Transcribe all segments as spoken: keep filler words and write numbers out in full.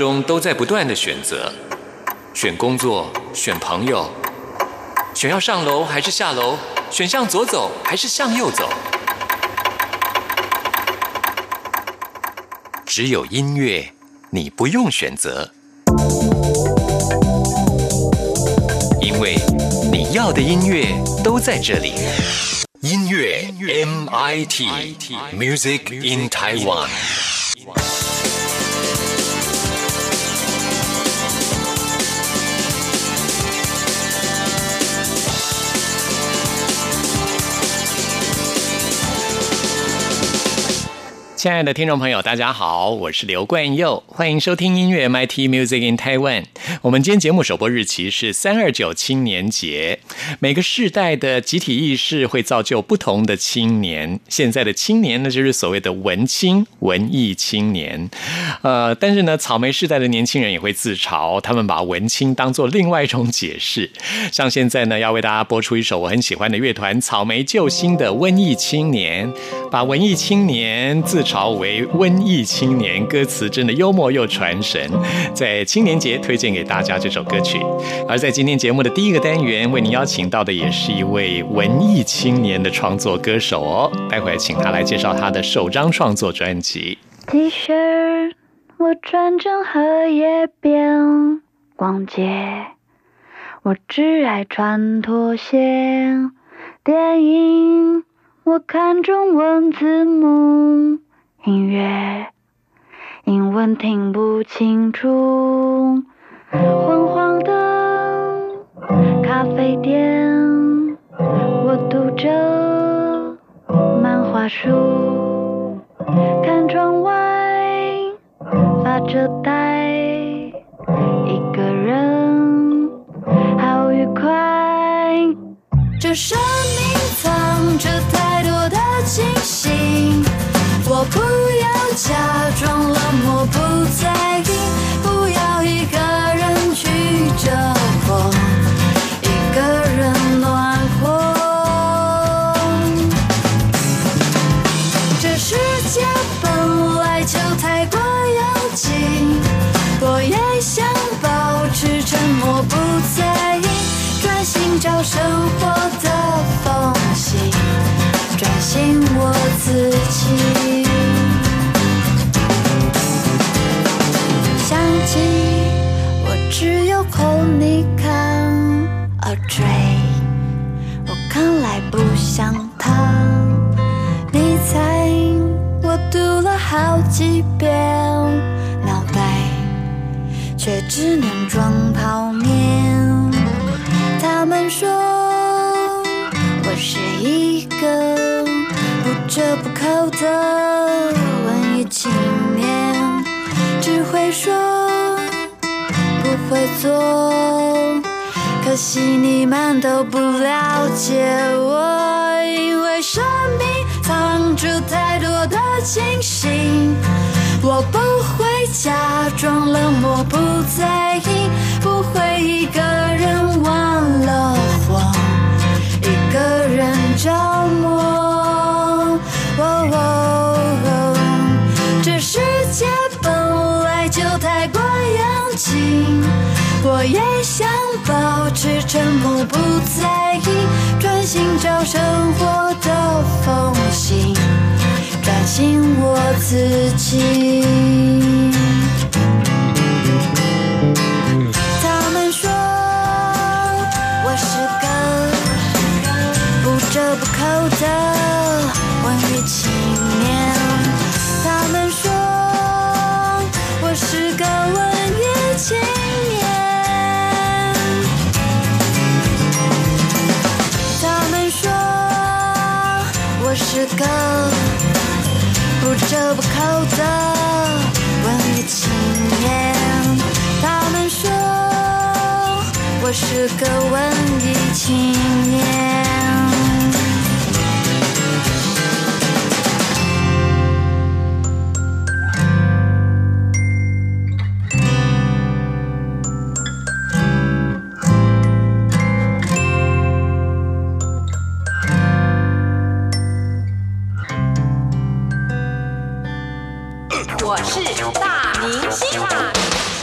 中都在不断的选择，选工作，选朋友，选要上楼还是下楼，选向左走还是向右走。只有音乐，你不用选择，因为你要的音乐都在这里。音乐 M I T Music in Taiwan。亲爱的听众朋友，大家好，我是刘冠佑，欢迎收听音乐 M I T Music in Taiwan。我们今天节目首播日期是三二九青年节。每个世代的集体意识会造就不同的青年。现在的青年呢，就是所谓的文青、文艺青年。呃，但是呢，草莓世代的年轻人也会自嘲，他们把文青当作另外一种解释。像现在呢，要为大家播出一首我很喜欢的乐团草莓救星的文艺青年，把文艺青年自嘲为瘟疫青年，歌词真的幽默又传神，在青年节推荐给大家这首歌曲。而在今天节目的第一个单元，为您邀请到的也是一位文艺青年的创作歌手哦，待会请他来介绍他的首张创作专辑。 T 恤我穿成荷叶边逛街，我只爱穿拖鞋，电影我看中文字幕，音乐英文听不清楚，昏黄的咖啡店我读着漫画书，看窗外发着呆，一个人好愉快，这生命藏着太多的惊喜，我不要假装冷漠不在意，不要一个人去着火，一个人暖和，这世界本来就太过拥挤，我也想保持沉默不在意，专心找生活的缝隙，专心我自己。相机我只有空你看 Audrey， 我看来不像他，你猜我读了好几遍，脑袋却只能装泡面。他们说我是一个不折不扣的文艺青年，只会说不会做，可惜你们都不了解我，因为生命藏着太多的惊喜，我不会假装冷漠不在意，不会一个人忘了慌，一个人着魔、哦哦哦、这世界本来就太过拥挤，我也想保持沉默不在意，专心找生活的缝隙，专心我自己。他们说我是个不折不扣的文艺青年，他们说我是个文艺青年，他们说我是个不折不扣的文艺青年，他们说我是个文艺青年。 我是大明星啊！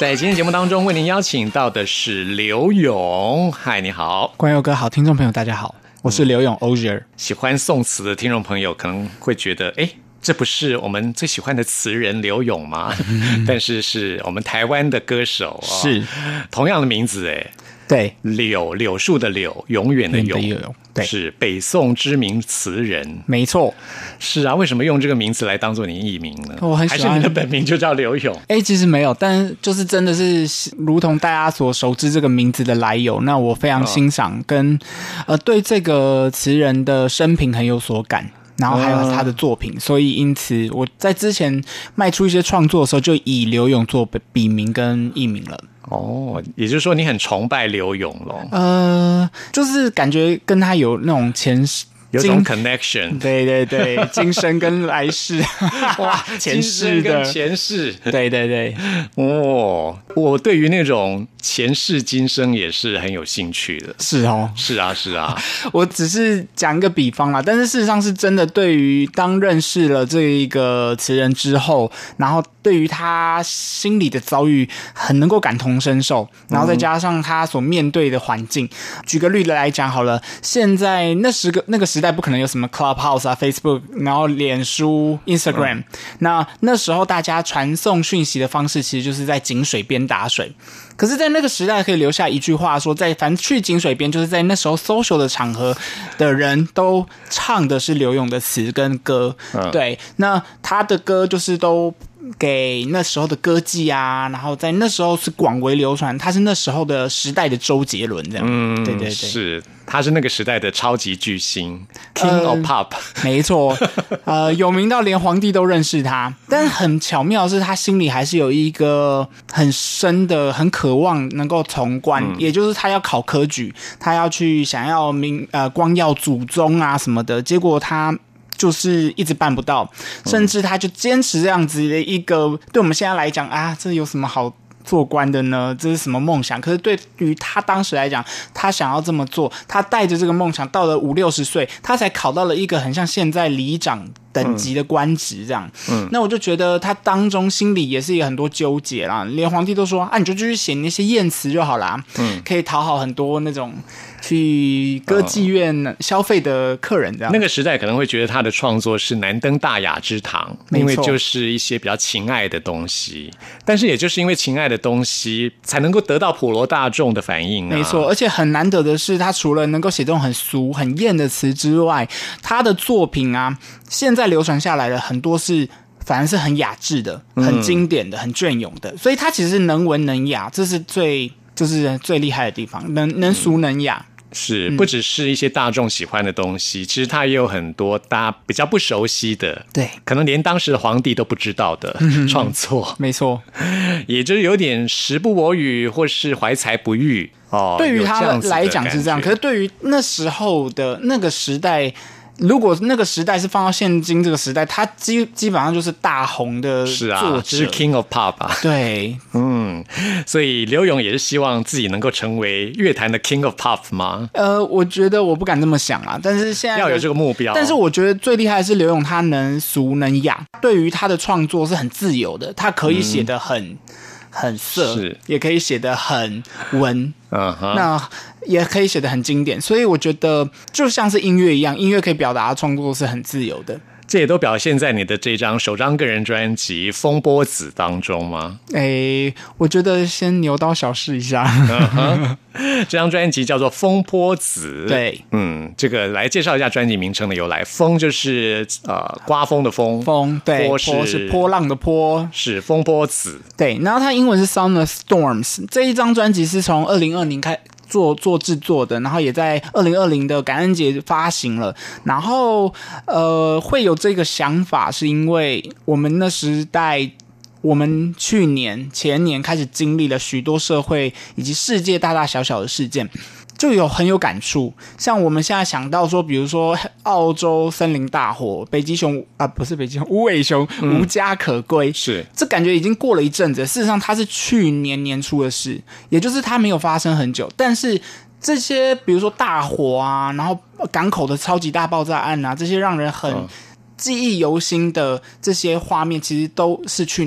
在今天节目当中为您邀请到的是刘勇。嗨，你好。 冠佑哥好，听众朋友大家好，我是刘勇 Ozier。 喜欢宋词的听众朋友可能会觉得，哎，这不是我们最喜欢的词人刘勇吗？嗯、但是是我们台湾的歌手、哦、 是同样的名字哎。 对， 柳柳树的柳，永远的永， 对， 是北宋知名词人， 没错。 是啊，为什么用这个名字来当做你艺名呢？ 我很喜欢， 还是你的本名就叫刘勇？ 哎，其实没有，但就是真的是如同大家所熟知这个名字的来由，那我非常欣赏跟、哦、呃对这个词人的生平很有所感。然后还有他的作品、嗯、所以因此我在之前迈出一些创作的时候就以刘勇做笔名跟艺名了。 哦，也就是说你很崇拜刘勇咯？ 呃，就是感觉跟他有那种前世有种 connection， 对对对，今生跟来世， 哇， 前世的前世， 对对对， 哦，我对于那种前世今生也是很有兴趣的。 是哦， 是啊，是啊， 我只是讲一个比方啦，但是事实上是真的。对于当认识了这一个词人之后，然后对于他心里的遭遇很能够感同身受，然后再加上他所面对的环境。嗯、举个例子来讲好了，现在那十个那个时代不可能有什么 Clubhouse 啊 Facebook 然后脸书 Instagram、嗯、那那时候大家传送讯息的方式其实就是在井水边打水。可是在那个时代可以留下一句话说，在凡去井水边，就是在那时候 social 的场合的人都唱的是刘勇的词跟歌、嗯、对，那他的歌就是都给那时候的歌妓啊，然后在那时候是广为流传，他是那时候的时代的周杰伦这样。嗯，对对对， 是，他是那个时代的超级巨星 King of Pop、呃、 没错，呃，有名到连皇帝都认识他。但很巧妙的是他心里还是有一个很深的很渴望能够从官、嗯、也就是他要考科举，他要去想要明呃光耀祖宗啊什么的，结果他就是一直办不到，甚至他就坚持这样子的一个，对我们现在来讲啊，这有什么好做官的呢？这是什么梦想？可是对于他当时来讲，他想要这么做，他带着这个梦想到了五六十岁，他才考到了一个很像现在里长等级的官职这样。嗯，那我就觉得他当中心里也是有很多纠结啦，连皇帝都说啊，你就继续写那些艳词就好啦，嗯，可以讨好很多那种去歌妓院消费的客人这样、 嗯。那个时代可能会觉得他的创作是难登大雅之堂，因为就是一些比较情爱的东西，但是也就是因为情爱的东西才能够得到普罗大众的反应、啊、 没错，而且很难得的是他除了能够写这种很俗很艳的词之外，他的作品啊现在流传下来的很多是反而是很雅致的，很经典的、嗯、很隽永的，所以他其实是能文能雅，这是最就是最厉害的地方，能能俗能雅、嗯， 是不只是一些大众喜欢的东西，其实它也有很多大家比较不熟悉的，对，可能连当时的皇帝都不知道的创作、嗯、 没错， 也就是有点时不我与或是怀才不遇哦。 对于他来讲是这样，可是对于那时候的那个时代，如果那个时代是放到现今这个时代，他基基本上就是大红的作者， 是啊，是 King of Pop 啊。 对， 嗯，所以刘勇也是希望自己能够成为乐坛的 King of Pop 吗？ 呃，我觉得我不敢这么想啊，但是现在要有这个目标。 但是我觉得最厉害的是刘勇，他能俗能雅，对于他的创作是很自由的，他可以写得很。嗯很色，也可以写得很文， uh-huh. 那也可以写得很经典，所以我觉得就像是音乐一样，音乐可以表达的创作是很自由的。 这也都表现在你的这张首张个人专辑《风波子》当中吗？ 哎，我觉得先牛刀小试一下。 uh-huh. 这张专辑叫做《风波子》， 对， 嗯，这个来介绍一下专辑名称的由来。风就是呃刮风的风， 风对， 波是波是波浪的波， 是风波子。 对，然后它英文是 Summer Storms。这一张专辑是从二零二零开。做做制作的，然后也在二零二零的感恩节发行了。然后呃，会有这个想法，是因为我们那时代，我们去年前年开始经历了许多社会以及世界大大小小的事件。就有很有感触，像我们现在想到说，比如说澳洲森林大火，北极熊啊，不是北极熊，无尾熊、嗯、无家可归， 是这感觉已经过了一阵子。事实上，它是去年年初的事，也就是它没有发生很久。但是这些，比如说大火啊，然后港口的超级大爆炸案啊，这些让人很记忆犹新的这些画面，其实都是去年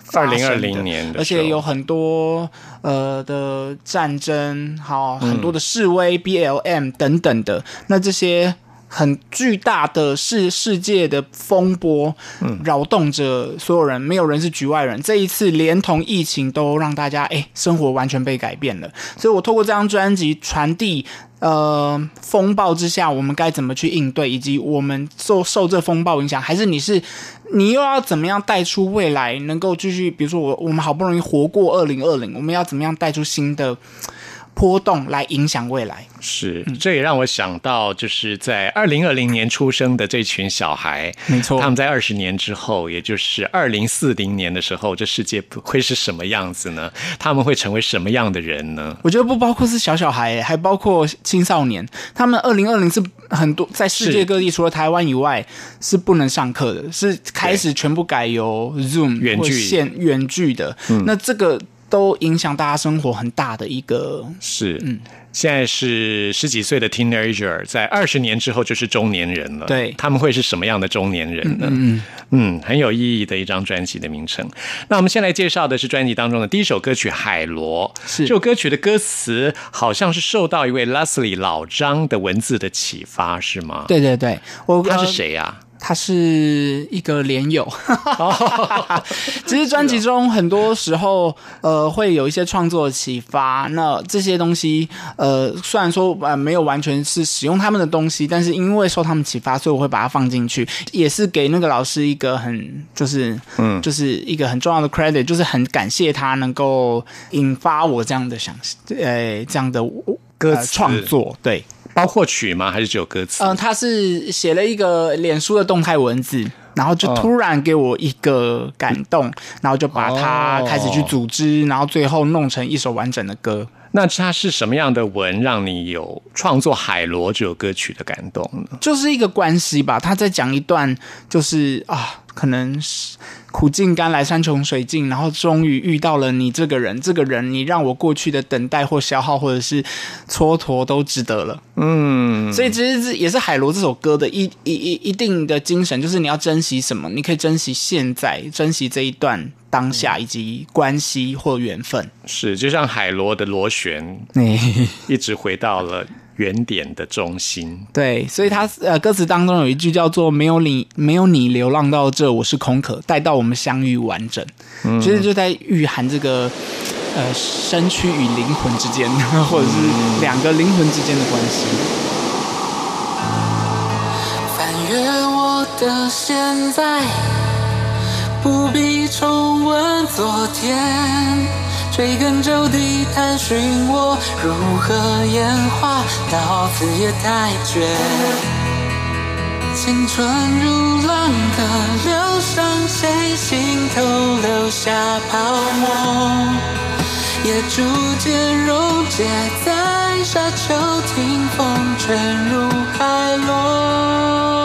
发生的， 二零二零年的时候， 而且有很多呃的战争，好很多的示威、嗯、B L M 等等的，那这些很巨大的世世界的风波，嗯，扰动着所有人，没有人是局外人。这一次连同疫情都让大家哎生活完全被改变了，所以我透过这张专辑传递。呃，风暴之下，我们该怎么去应对，以及我们受受这风暴影响，还是你是你又要怎么样带出未来，能够继续，比如说我我们好不容易活过二零二零，我们要怎么样带出新的波动来影响未来？ 是，这也让我想到，就是在二零二零年出生的这群小孩， 没错， 他们在二十年之后，也就是二零四零年的时候，这世界会是什么样子呢？他们会成为什么样的人呢？ 我觉得不包括是小小孩，还包括青少年。他们二零二零是很多在世界各地，除了台湾以外是不能上课的，是开始全部改由 Zoom 远距线远距的。嗯、那这个都影响大家生活很大的一个是，嗯。现在是十几岁的 teenager， 在二十年之后就是中年人了。 对， 他们会是什么样的中年人呢？ 嗯, 嗯, 嗯很有意义的一张专辑的名称。那我们先来介绍的是专辑当中的第一首歌曲《海螺》。 是这首歌曲的歌词好像是受到一位 Leslie 老张的文字的启发，是吗？ 对对对，我他是谁呀、啊？ 他是一个连友，其实专辑中很多时候呃会有一些创作的启发，那这些东西呃虽然说呃没有完全是使用他们的东西，但是因为受他们启发，所以我会把它放进去，也是给那个老师一个很就是嗯就是一个很重要的 credit， 就是很感谢他能够引发我这样的想呃这样的歌词创、呃、作，对。 包括曲吗？还是只有歌词？ 嗯、呃，他是写了一个脸书的动态文字，然后就突然给我一个感动，哦、然后就把它开始去组织，哦、然后最后弄成一首完整的歌。 那它是什么样的文让你有创作《海螺》这首歌曲的感动呢？ 就是一个关系吧，他在讲一段，就是啊，可能是苦尽甘来山穷水尽，然后终于遇到了你这个人，这个人你让我过去的等待或消耗或者是蹉跎都值得了。嗯，所以其实是也是海螺这首歌的一一一一定的精神，就是你要珍惜什么，你可以珍惜现在，珍惜这一段当下以及关系或缘分。 是，就像海螺的螺旋，一直回到了原点的中心。 对，所以他呃歌词当中有一句叫做没有你没有你流浪到这，我是空壳，待到我们相遇完整。嗯，其实就在蕴含这个呃身躯与灵魂之间，或者是两个灵魂之间的关系。 翻阅我的现在，不必重温昨天，追根究底探寻我如何演化，到此也太绝。青春如浪的流向谁心头留下泡沫，也逐渐溶解在沙丘，听风吹入海螺。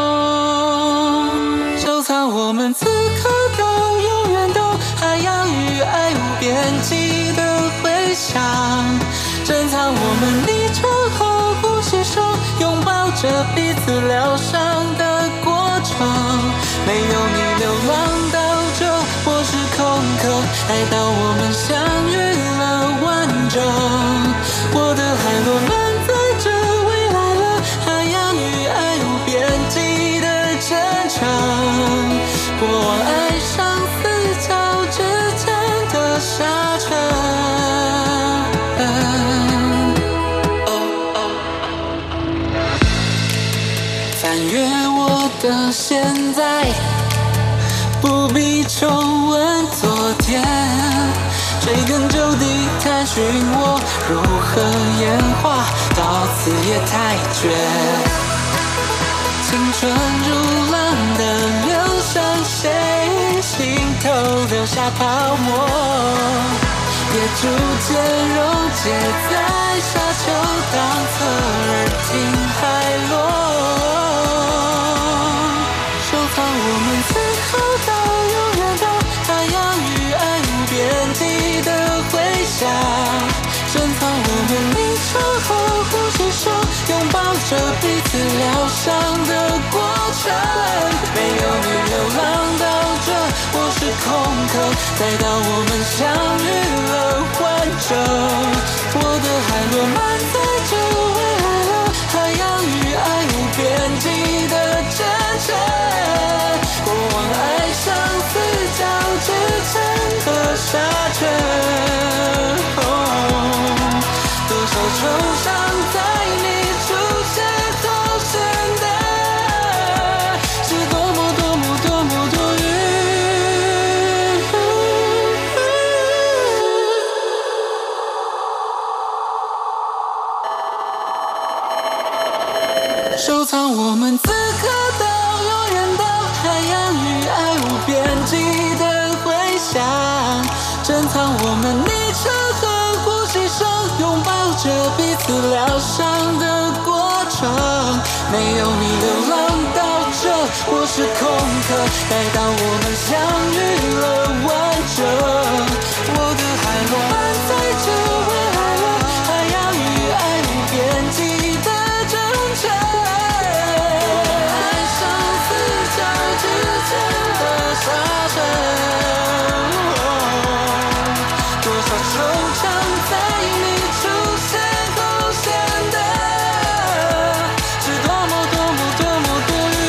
收藏我们此刻到永远都海洋与爱无边际的回响，珍藏我们离场后呼吸声，拥抱着彼此疗伤的过程。没有你流浪到这，我是空壳，爱到我们相遇了完整。我的海螺们在这未来了，海洋与爱无边际的真诚。我爱上四角之间的沙尘。翻阅我的现在，不必重温昨天，追根究底探寻我如何演化，到此也太绝。青春如浪的流向谁心头留下泡沫，也逐渐溶解在沙丘，当侧耳听海螺。收藏我们此后到永远都海洋与爱无边际的回响，珍藏我们离场后呼吸声，拥抱着彼此疗伤的过程。没有你流浪到这，我是空壳， 待到我们相遇了完整，我的海螺满载着未来了海洋与爱无边际的真诚，过往爱像四角织成的沙圈，哦，多少惆怅在你出现后显得是多么多么多么多余。收藏我们此刻到永远到海洋与爱无边际的回响，珍藏我们昵称和呼吸声，拥抱着彼此疗伤的过程。没有你流浪到这，我是空壳，待到我们相遇了完整，我的海螺满载着未来了海洋与爱无边际的真诚，爱上四角织成的沙尘，多少惆怅在你出现后显得是多么多么多么多余。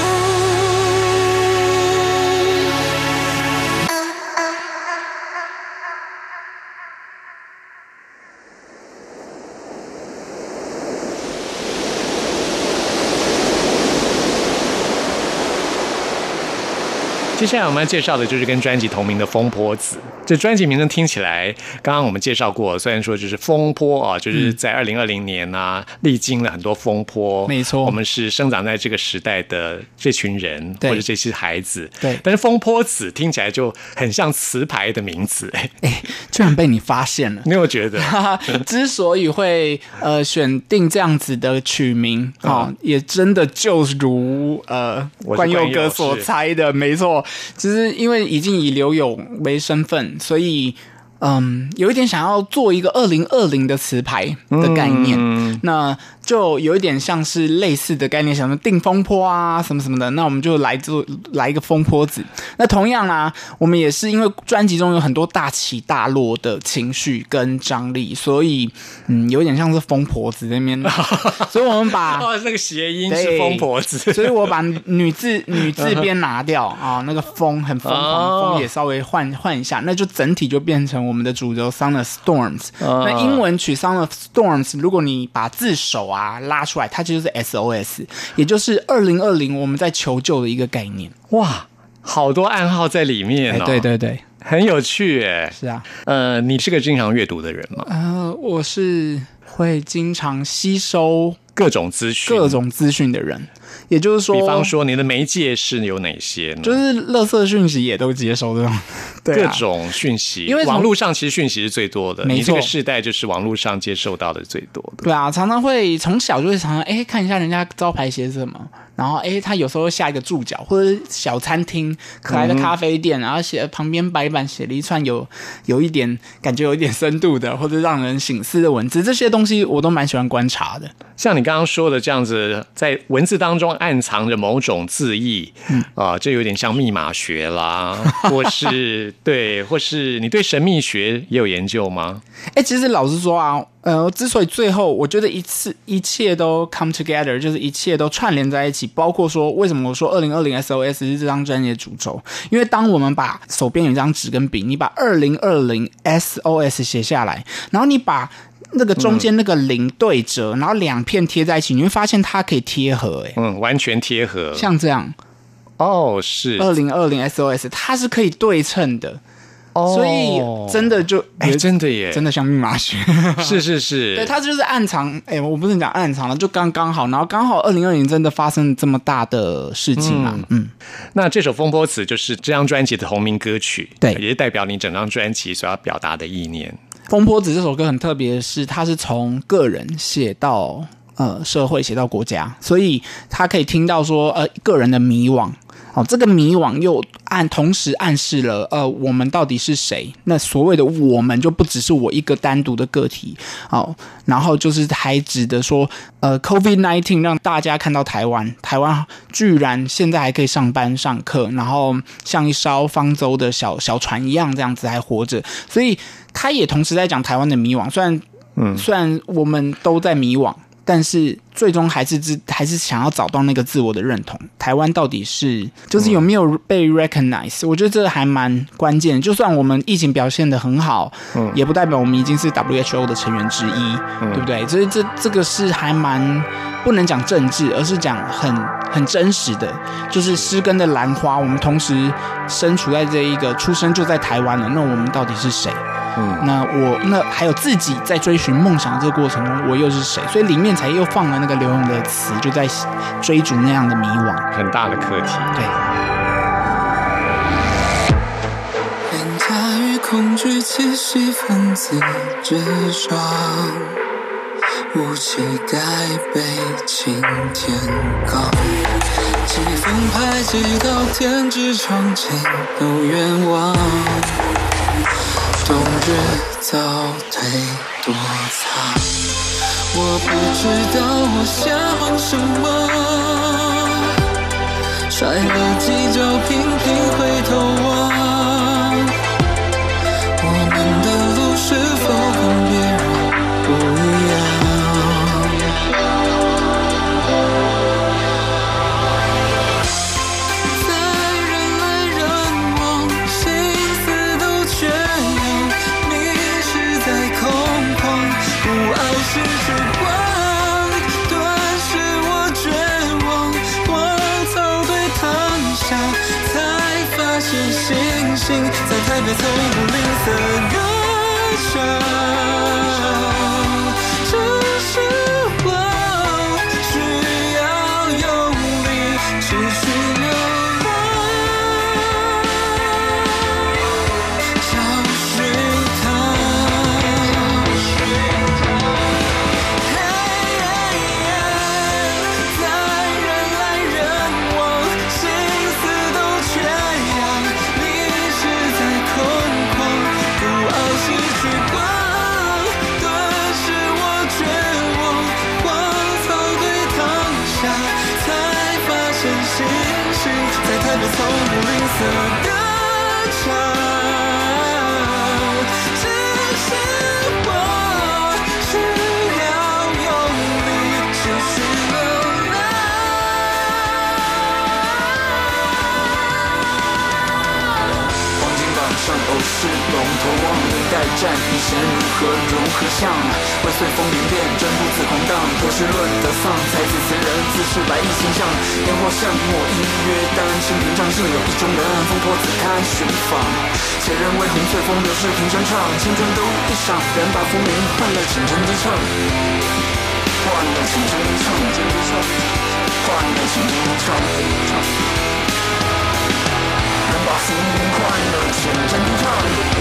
接下来我们要介绍的就是跟专辑同名的《风波子》。这专辑名称听起来，刚刚我们介绍过，虽然说就是风波啊，就是在二零二零年啊，历经了很多风波。 没错， 我们是生长在这个时代的这群人，或者这些孩子。 对， 但是风波子听起来就很像词牌的名字，哎、 欸，居然被你发现了。 你有觉得？ 之所以会呃选定这样子的曲名，哦，嗯、也真的就如呃冠佑哥所猜的，没错。只是因为已经以刘勇为身份，所以嗯，有一点想要做一个二零二零的词牌的概念，嗯、那就有一点像是类似的概念，想说定风波啊什么什么的，那我们就来做来一个风波子。那同样啊，我们也是因为专辑中有很多大起大落的情绪跟张力，所以嗯，有点像是疯婆子那边，所以我们把哦，那个谐音是疯婆子， 所以我把女字女字边拿掉啊，那个疯很疯狂，疯也稍微换换一下，那就整体就变成我们的主轴 Sound of Storms。那英文曲 Sound of Storms， 如果你把字首啊拉出来，它就是 S O S， 也就是二零二零我们在求救的一个概念。 哇，好多暗号在里面哦。 欸、对对对， 很有趣耶。 是啊， 呃，你是个经常阅读的人吗？ 呃，我是会经常吸收各种资讯、 各种资讯的人。也就是说， 比方说你的媒介是有哪些呢？ 就是垃圾讯息也都接收这种，对、啊， 各种讯息。 因为网络上其实讯息是最多的， 没错， 你这个世代就是网络上接受到的最多的。 对啊，常常会从小就会常常哎看一下人家招牌写什么，然后哎他有时候下一个注脚或者小餐厅可爱的咖啡店，嗯、然后写旁边白板写了一串有有一点感觉有一点深度的或者让人省思的文字，这些东西我都蛮喜欢观察的。 像你刚刚说的这样子，在文字当中暗藏着某种字意，嗯啊、呃，这有点像密码学啦，或是对，或是你对神秘学也有研究吗？ 哎、欸，其实老实说啊，呃，之所以最后我觉得一次一切都 come together， 就是一切都串联在一起，包括说为什么我说二零二零 S O S 是这张专辑的主轴，因为当我们把手边有一张纸跟笔，你把二零二零 S O S 写下来，然后你把那个中间那个零对折，嗯、然后两片贴在一起，你会发现它可以贴合，哎， 嗯，完全贴合， 像这样， 哦，是二零二零 S O S， 它是可以对称的。哦，所以真的就哎、欸，真的耶， 真的像密码学， 是是是， 对，它就是暗藏，哎、欸，我不是讲暗藏了，就刚刚好，然后刚好二零二零真的发生这么大的事情嘛，嗯，嗯那这首《风波词》就是这张专辑的同名歌曲， 对， 也是代表你整张专辑所要表达的意念。 《风波子》这首歌很特别的是，它是从个人写到呃社会，写到国家，所以他可以听到说呃个人的迷惘。 哦，这个迷惘又暗同时暗示了，呃，我们到底是谁？那所谓的我们就不只是我一个单独的个体，哦，然后就是还指的说，呃 ，COVID 十九 让大家看到台湾，台湾居然现在还可以上班上课，然后像一艘方舟的小小船一样这样子还活着，所以他也同时在讲台湾的迷惘。虽然，嗯，虽然我们都在迷惘。但是最终还是还是想要找到那个自我的认同。台湾到底是就是有没有被 recognize？、嗯、我觉得这还蛮关键的。就算我们疫情表现得很好，嗯，也不代表我们已经是 W H O 的成员之一，嗯、对不对？所以这这个是还蛮不能讲政治，而是讲很很真实的，就是失根的兰花。我们同时身处在这一个出生就在台湾了，那我们到底是谁？嗯，那我那还有自己在追寻梦想这个过程中，我又是谁？所以里面才又放了那个刘勇的词，就在追逐那样的迷惘， 很大的课题。 对。 凌驾于恐惧气息分子之上，武器盖被擎天岗，几分排挤到天之窗前有愿望。冬日早退躲藏，我不知道我向往什么，摔了几跤频频回头望，我们的路是否跟别人不一样？在台北从不吝啬歌唱，只是我需要用力继续流浪，找寻它。在人来人往，心思都缺氧。空旷，不袄失去光，顿时我绝望，荒草堆躺下，才发现星星在台北从不吝啬歌唱，只是我需要用力继续流浪。上偶是龙头望你待战，以前如何融合像会随风云变，真不自狂荡，都是论得丧，才子词人自是百亿形象，烟火像墨音乐单，心屏障是有一种人，风波自开寻访，且人为红翠风流是平声唱，青春都一场，人把浮名换了倾城之唱，换了倾城之唱，换了倾城之唱，人把浮名换了倾城之唱。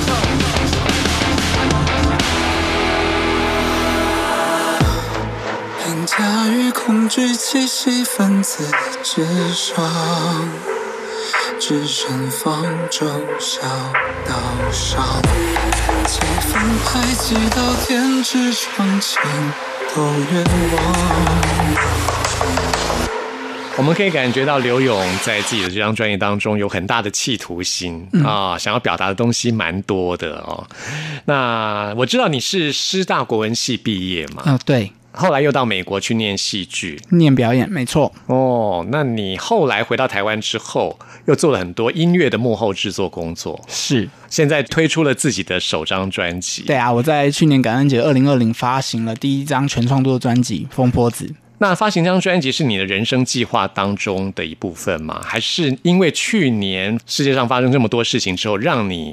凌驾于恐惧气息分子之上，只剩方舟小岛上，几分排挤到天之窗前都冤枉。 我们可以感觉到刘勇在自己的这张专辑当中有很大的企图心、嗯、啊，想要表达的东西蛮多的哦。那我知道你是师大国文系毕业嘛？ 哦，对。 后来又到美国去念戏剧， 念表演，没错。 哦，那你后来回到台湾之后，又做了很多音乐的幕后制作工作， 是。 现在推出了自己的首张专辑。 对啊，我在去年感恩节二零二零发行了第一张全创作专辑《风波子》。 那发行这张专辑是你的人生计划当中的一部分吗？还是因为去年世界上发生这么多事情之后，让你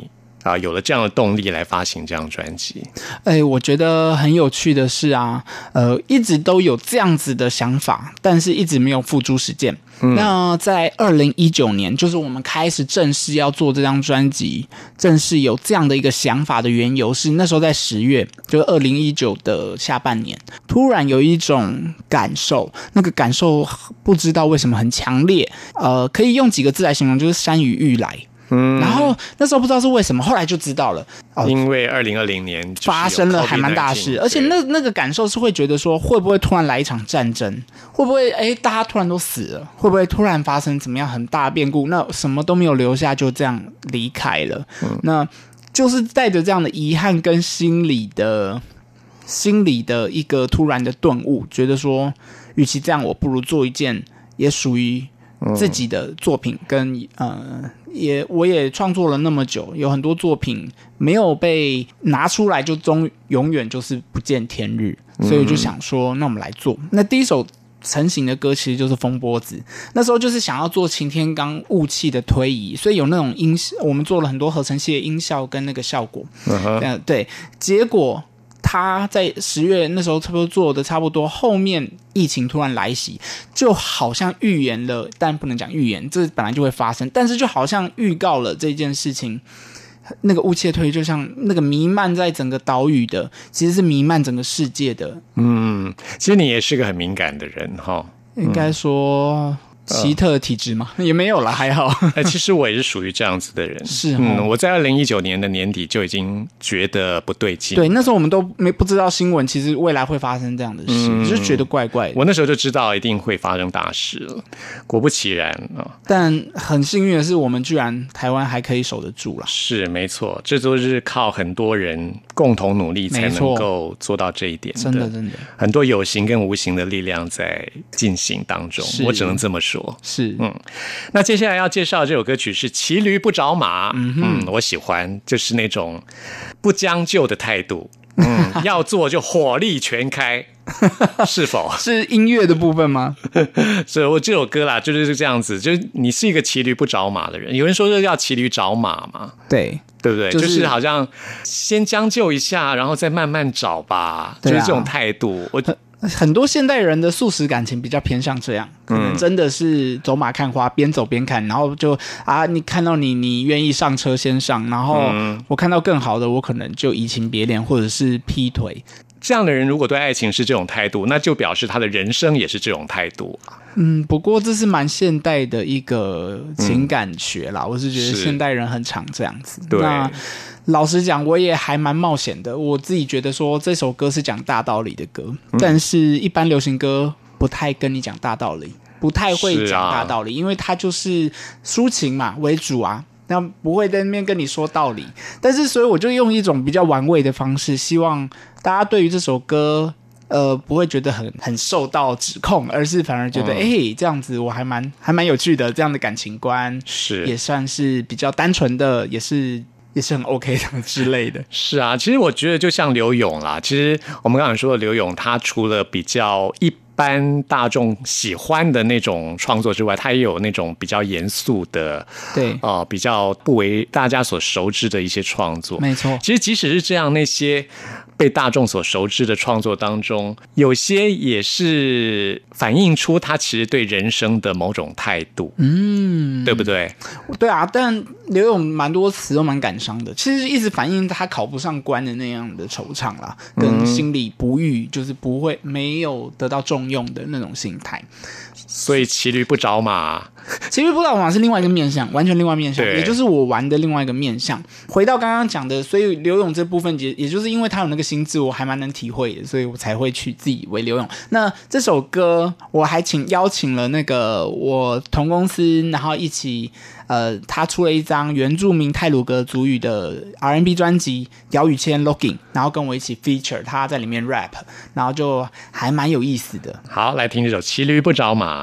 啊、有了这样的动力来发行这张专辑？ 哎，我觉得很有趣的是啊，呃，一直都有这样子的想法，但是一直没有付诸实践。嗯、那在二零一九年，就是我们开始正式要做这张专辑，正式有这样的一个想法的缘由是，那时候在十月，就是二零一九的下半年，突然有一种感受，那个感受不知道为什么很强烈，呃，可以用几个字来形容，就是山雨欲来。嗯，然后那时候不知道是为什么，后来就知道了。哦、 因为二零二零年发生了还蛮大事，而且那那个感受是会觉得说，会不会突然来一场战争？会不会哎，大家突然都死了？会不会突然发生怎么样很大的变故？那什么都没有留下，就这样离开了。嗯、那就是带着这样的遗憾跟心理的、心理的一个突然的顿悟，觉得说，与其这样，我不如做一件也属于自己的作品跟呃。也我也创作了那么久，有很多作品没有被拿出来，就终永远就是不见天日，所以我就想说，那我们来做。那第一首成型的歌其实就是《风波子》，那时候就是想要做擎天岗雾气的推移，所以有那种音，我们做了很多合成器的音效跟那个效果。嗯、呃，对，结果。他在十月那时候差不多做的差不多，后面疫情突然来袭，就好像预言了，但不能讲预言，这本来就会发生，但是就好像预告了这件事情。那个雾气推就像那个弥漫在整个岛屿的，其实是弥漫整个世界的。嗯， 其实你也是个很敏感的人哈， 应该说。奇特体质嘛、呃、也没有啦，还好、 欸、其实我也是属于这样子的人。 是、哦、 嗯，我在二零一九年的年底就已经觉得不对劲。 对，那时候我们都没不知道新闻其实未来会发生这样的事、嗯、就觉得怪怪的。 我那时候就知道一定会发生大事了，果不其然、哦、 但很幸运的是我们居然台湾还可以守得住啦。 是没错，这都是靠很多人共同努力才能够做到这一点的。 真的真的，很多有形跟无形的力量在进行当中，我只能这么说。 是， 嗯，那接下来要介绍的这首歌曲是《骑驴不找马》。嗯嗯，我喜欢，就是那种不将就的态度。嗯，要做就火力全开，是否是音乐的部分吗？ 所以我这首歌啦，就是这样子，就是你是一个骑驴不找马的人。有人说是要骑驴找马嘛， 对对不对？就是、就是好像先将就一下，然后再慢慢找吧，就是这种态度。我。 很多现代人的速食感情比较偏向这样，可能真的是走马看花，边走边看，然后就啊，你看到你，你愿意上车先上，然后我看到更好的，我可能就移情别恋，或者是劈腿。 这样的人如果对爱情是这种态度，那就表示他的人生也是这种态度。 嗯，不过这是蛮现代的一个情感学啦，嗯、我是觉得现代人很常这样子。 对。 那老实讲，我也还蛮冒险的。我自己觉得说这首歌是讲大道理的歌，嗯、但是一般流行歌不太跟你讲大道理，不太会讲大道理，啊、因为它就是抒情嘛为主啊，那不会在那边跟你说道理。但是，所以我就用一种比较玩味的方式，希望大家对于这首歌。呃，不会觉得很很受到指控，而是反而觉得，哎、嗯欸，这样子我还蛮还蛮有趣的，这样的感情观是也算是比较单纯的，也是也是很 OK 的之类的。 是啊，其实我觉得就像刘勇啦，其实我们刚才说的刘勇，他除了比较一般大众喜欢的那种创作之外，他也有那种比较严肃的， 对呃，比较不为大家所熟知的一些创作。 没错， 其实即使是这样，那些被大众所熟知的创作当中，有些也是反映出他其实对人生的某种态度，嗯，对不对？ 对啊，但刘勇蛮多词都蛮感伤的，其实一直反映他考不上官的那样的惆怅啦，跟心里不遇，就是不会没有得到重用的那种心态。 所以骑驴不找马， 骑驴不找马是另外一个面向，完全另外面向，也就是我玩的另外一个面向。回到刚刚讲的，所以刘勇这部分也也就是因为他有那个心智，我还蛮能体会的，所以我才会取自己为刘勇。那这首歌我还请邀请了那个我同公司，然后一起呃，他出了一张原住民太鲁阁族语的 R and B 专辑姚宇谦 Logging， 然后跟我一起 feature 他在里面 rap， 然后就还蛮有意思的。 好，来听这首骑驴不找马。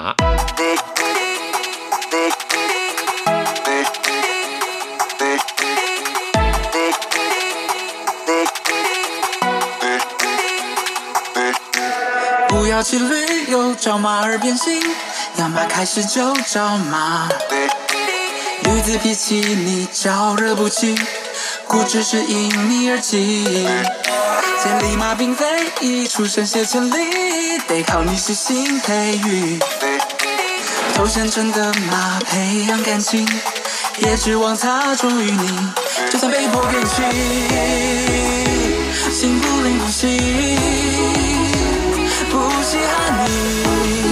不要骑驴又找马儿变形，要马开始就找马。驴子脾气你招惹不起， 固执是因你而起。千里马并非一出生写千里，得靠你细心培育。头衔成的马培养感情，也指望它忠于你，就算被迫跟去，心不灵不息，不稀罕你。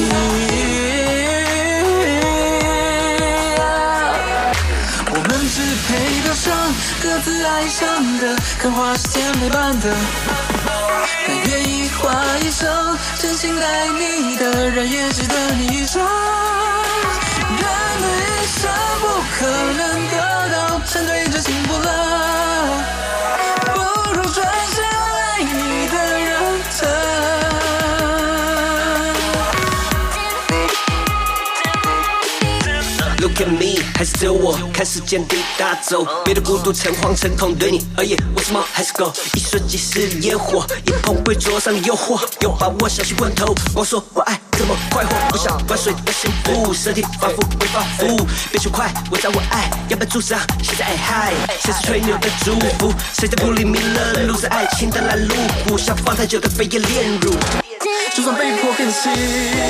我们只配得上各自爱上的，肯花时间陪伴的，但愿意花一生真心待你的人，也值得你一生。人的一生不可能得到，全对着幸福了，不如专心爱你的人疼。 Look at me， 还是只有我看世间地大走，别的孤独诚惶诚恐，对你而言我是猫还是狗？一瞬即逝烟火，一碰杯桌上的诱惑，又把我小心昏头。我说我爱怎么快活，不想关水的幸福，身体仿佛会发福，别求快，我找我爱，要不然住上现在爱嗨，谁是吹牛的祝福？谁在鼓励迷了路，是爱情的拦路虎，想放太久的肺也炼乳。 就算被迫跟弃，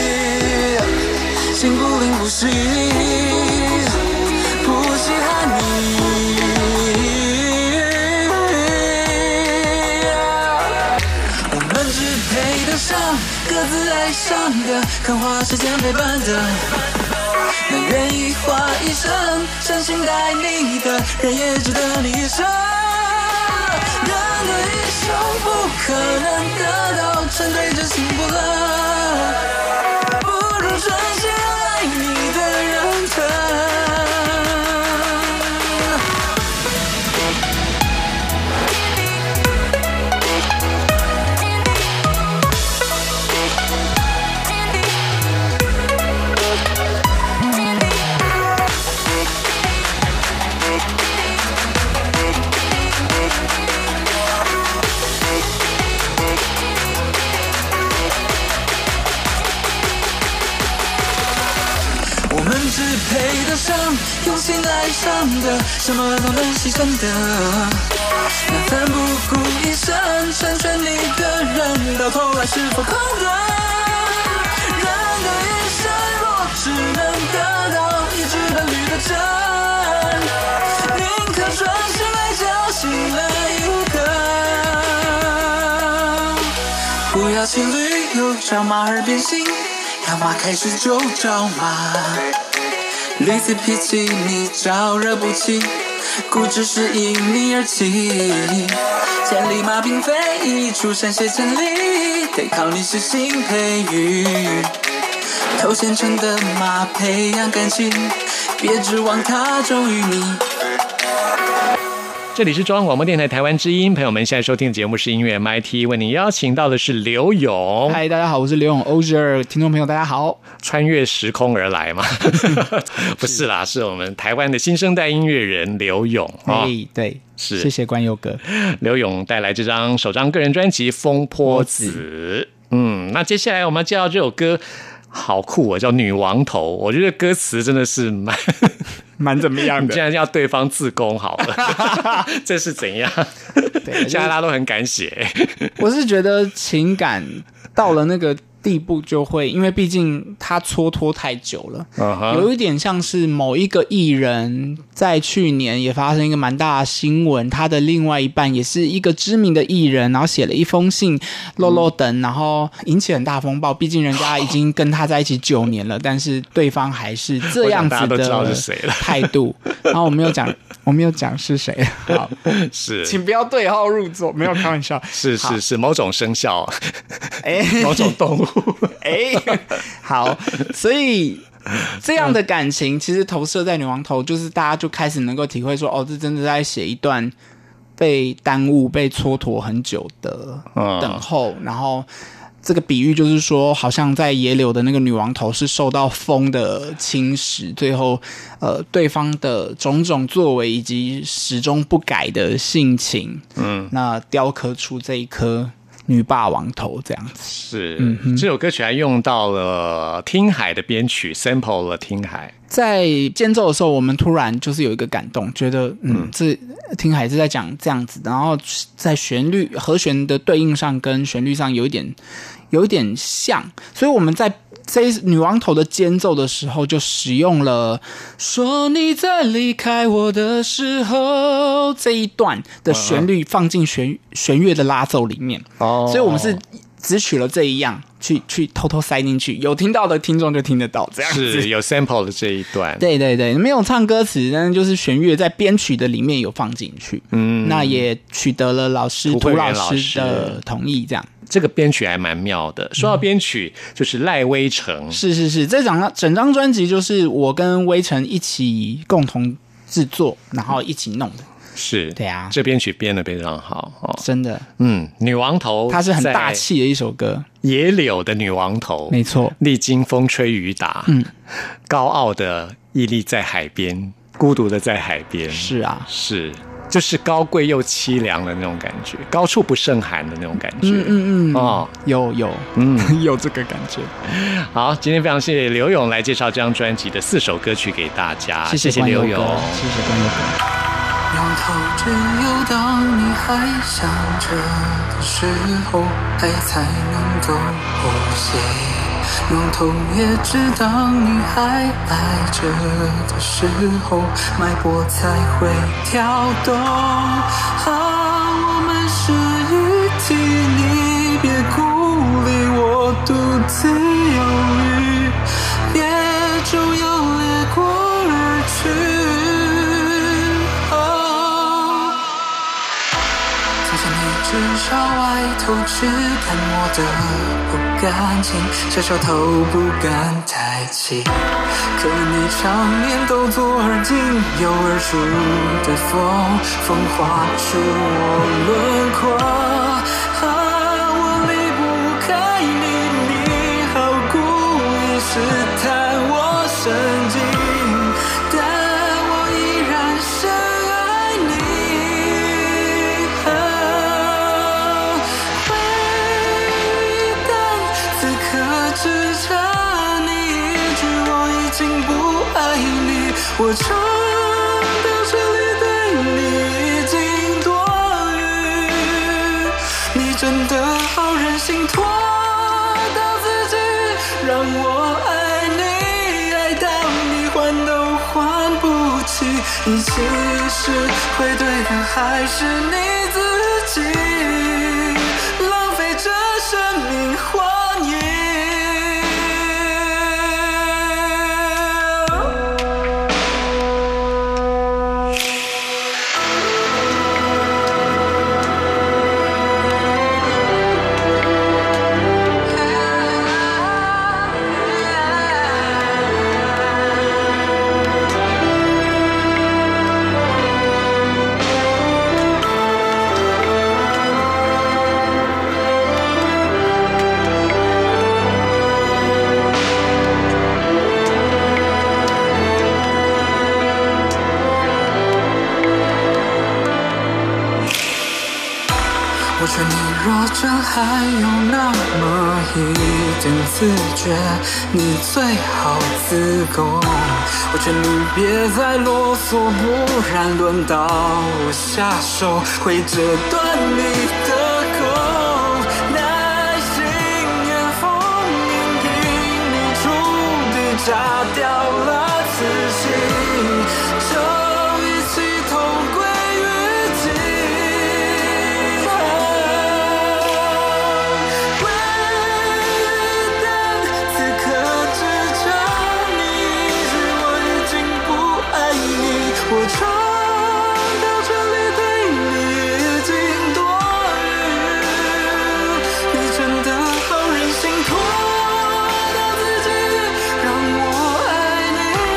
心不灵不息，不稀罕你。我们只配得上各自爱上的，肯花时间陪伴的，那愿意花一生真心待你的人，也值得你一生。人的一生不可能得到，全对着幸福了，不如专心爱你的人疼。只配得上用心爱上的，什么都能牺牲的，那奋不顾一生成全你的人，到头来是否空的？人的一生若只能得到一直伴侣的真，宁可专心爱侥幸了一个。不要骑驴又找马儿变心，要马开始就找马。屡次脾气你招惹不起，固执是因你而起。千里马并非一出生写千里，得靠你细心培育。头衔成的马培养感情，别指望它忠于你。 这里是中央广播电台台湾之音，朋友们现在收听的节目是音乐 M I T， 为您邀请到的是刘勇。 嗨，大家好，我是刘勇 Ozier， 听众朋友大家好。 穿越时空而来嘛？不是啦，是我们台湾的新生代音乐人刘勇。 哎、哦，对， 是， 谢谢关佑哥。 刘勇带来这张首张个人专辑《风波子》。嗯，那接下来我们要介绍这首歌。好酷啊，叫《女王头》。我觉得歌词真的是蛮蛮怎么样的？ 你竟然要对方自宫好了，这是怎样？对，现在大家都很敢写。 我是觉得情感到了那个地步就会，因为毕竟他蹉跎太久了， uh-huh. 有一点像是某一个艺人在去年也发生一个蛮大的新闻，他的另外一半也是一个知名的艺人，然后写了一封信漏漏等、嗯、然后引起很大风暴，毕竟人家已经跟他在一起九年了，但是对方还是这样子的态度。然后我没有讲我没有讲是谁，好， 是请不要对号入座，没有开玩笑。 是是是某种生肖，哎，某种动物。 哎，好，所以这样的感情其实投射在女王头，就是大家就开始能够体会说，哦，这真的在写一段被耽误、被蹉跎很久的等候，然后。这个比喻就是说，好像在野柳的那个女王头是受到风的侵蚀，最后，呃，对方的种种作为以及始终不改的性情，嗯，那雕刻出这一颗女霸王头这样子。 是， 嗯这首歌曲还用到了听海的编曲 sample 了听海。 在间奏的时候，我们突然就是有一个感动，觉得嗯，这听海是在讲这样子，然后在旋律和弦的对应上跟旋律上有一点有一点像，所以我们在这女王头的间奏的时候就使用了说你在离开我的时候这一段的旋律放进弦弦乐的拉奏里面， 哦， 所以我们是只取了这一样去去偷偷塞进去，有听到的听众就听得到，这样子是有 sample 的这一段。 对对对，没有唱歌词，但是就是弦乐在编曲的里面有放进去，嗯，那也取得了老师涂老师的同意，这样。 这个编曲还蛮妙的。说到编曲，嗯、就是赖威成， 是是是，这张整张专辑就是我跟威成一起共同制作，然后一起弄的。 是， 对啊， 这编曲编得非常好哦， 真的。 嗯，女王头， 它是很大气的一首歌， 野柳的女王头， 没错， 历经风吹雨打，嗯，高傲的屹立在海边，孤独的在海边， 是啊， 是。就是高贵又凄凉的那种感觉，高处不胜寒的那种感觉。 嗯嗯嗯， 哦， 有有，嗯，有这个感觉。 好，今天非常谢谢刘勇来介绍这张专辑的四首歌曲给大家， 谢谢刘勇，谢谢关佑哥。 摇头，只有当你还想着的时候，爱才能够呼吸。摇头，也只当你还爱着的时候，脉搏才会跳动。啊，我们是一体，你别孤立我独自犹豫，别周游列国而去。至少外头只看我的不干净，这手头不敢抬起，可你常年都左耳进右耳出的风，风画出我轮廓。啊，我离不开你，你好故意试探我神经，但我依然深爱你。只差你一句，我已经不爱你，我唱到这里对你已经多余，你真的好任性，拖到自己，让我爱你，爱到你还都还不起，你其实会对的还是你自己，浪费这生命荒野。我劝你若真还有那么一点自觉，你最好自宫。我劝你别再啰嗦，不然轮到我下手，会折断你的弓。耐心掩风隐隐，你触底炸掉了自信，就一起同归于尽。我唱到这里对你已经多余，你真的好任性，拖到自己，让我爱你，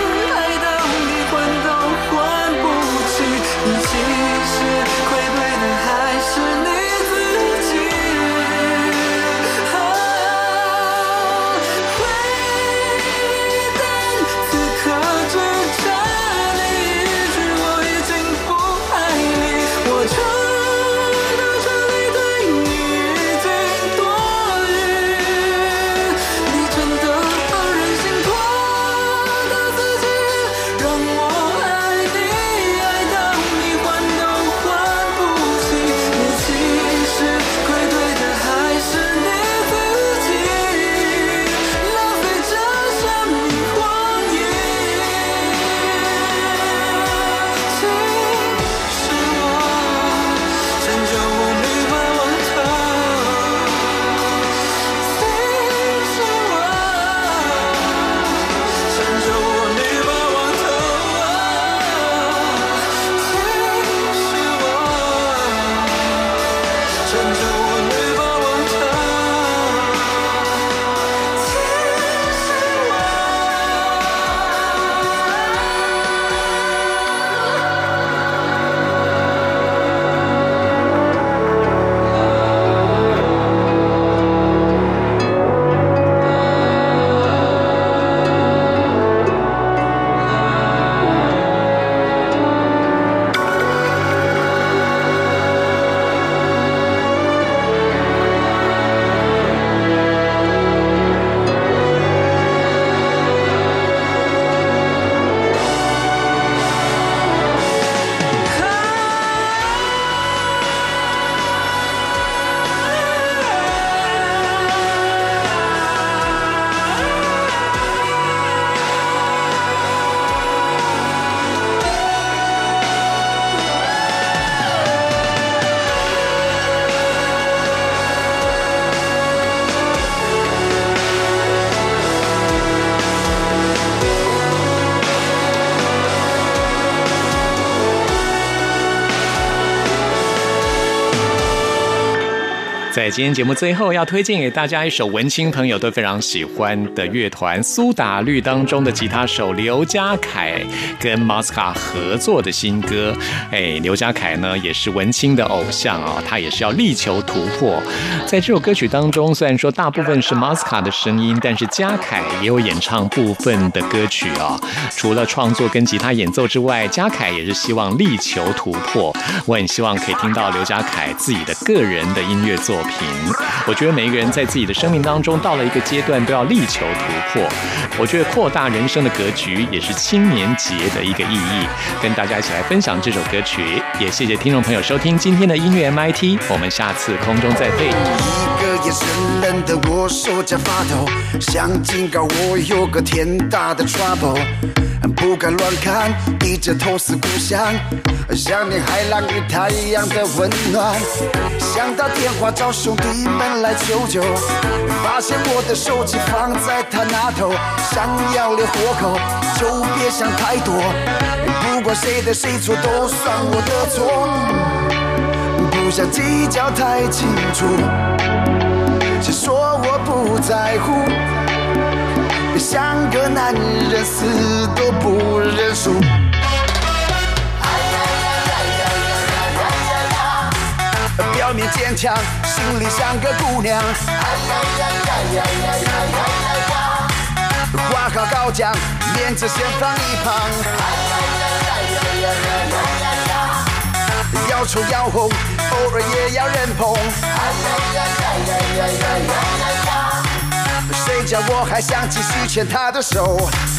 在今天节目最后要推荐给大家一首文青朋友都非常喜欢的乐团苏打绿当中的吉他手刘家凯跟 Masca 合作的新歌。哎，刘家凯呢也是文青的偶像啊、哦，他也是要力求突破。在这首歌曲当中，虽然说大部分是 Masca 的声音，但是家凯也有演唱部分的歌曲啊、哦。除了创作跟吉他演奏之外，家凯也是希望力求突破。我很希望可以听到刘家凯自己的个人的音乐作品。我觉得每一个人在自己的生命当中到了一个阶段都要力求突破。我觉得扩大人生的格局也是青年节的一个意义，跟大家一起来分享这首歌曲。也谢谢听众朋友收听今天的音乐 M I T， 我们下次空中再会。 一个眼神冷得我手脚发抖，想警告我有个天大的 trouble， 不敢乱看，低着头思故乡，想念海浪与太阳的温暖，想打电话找兄弟们来求救，发现我的手机放在他那头，想要留活口就别想太多，不管谁对谁错都算我的错，不想计较太清楚，谁说我不在乎，别像个男人死都不认输。表面坚强，心里像个姑娘。话好高讲，面子先放一旁。要丑要红，偶尔也要人捧。谁叫我还想继续牵他的手？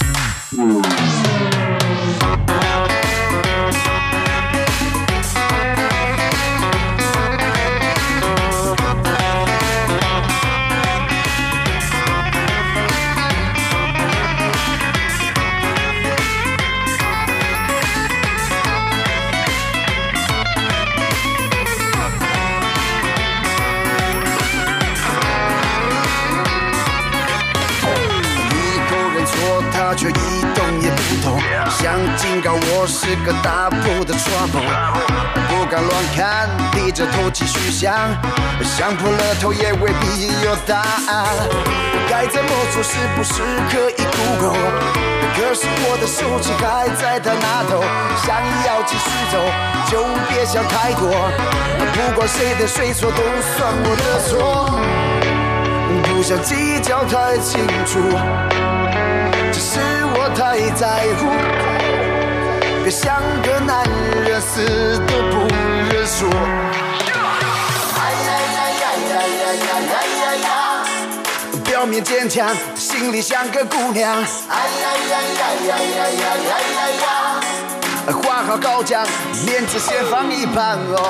他却一动也不动，想警告我是个大步的 trouble， 不敢乱看，低着头继续想，想破了头也未必有答案，该怎么做是不是可以 Google， 可是我的手机还在他那头，想要继续走就别想太多，不管谁对谁错都算我的错，不想计较太清楚，只是我太在乎，别像个男人死都不认输。表面坚强，心里像个姑娘。话好高讲，面子先放一旁哦。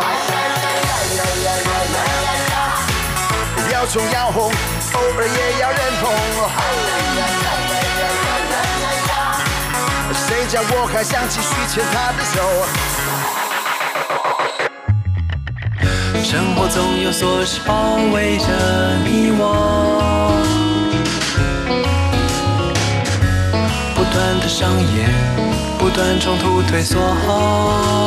要宠要红，偶尔也要人捧哦。谁叫我还想继续牵他的手？ 生活总有琐事包围着你我，不断的上演，不断冲突退缩。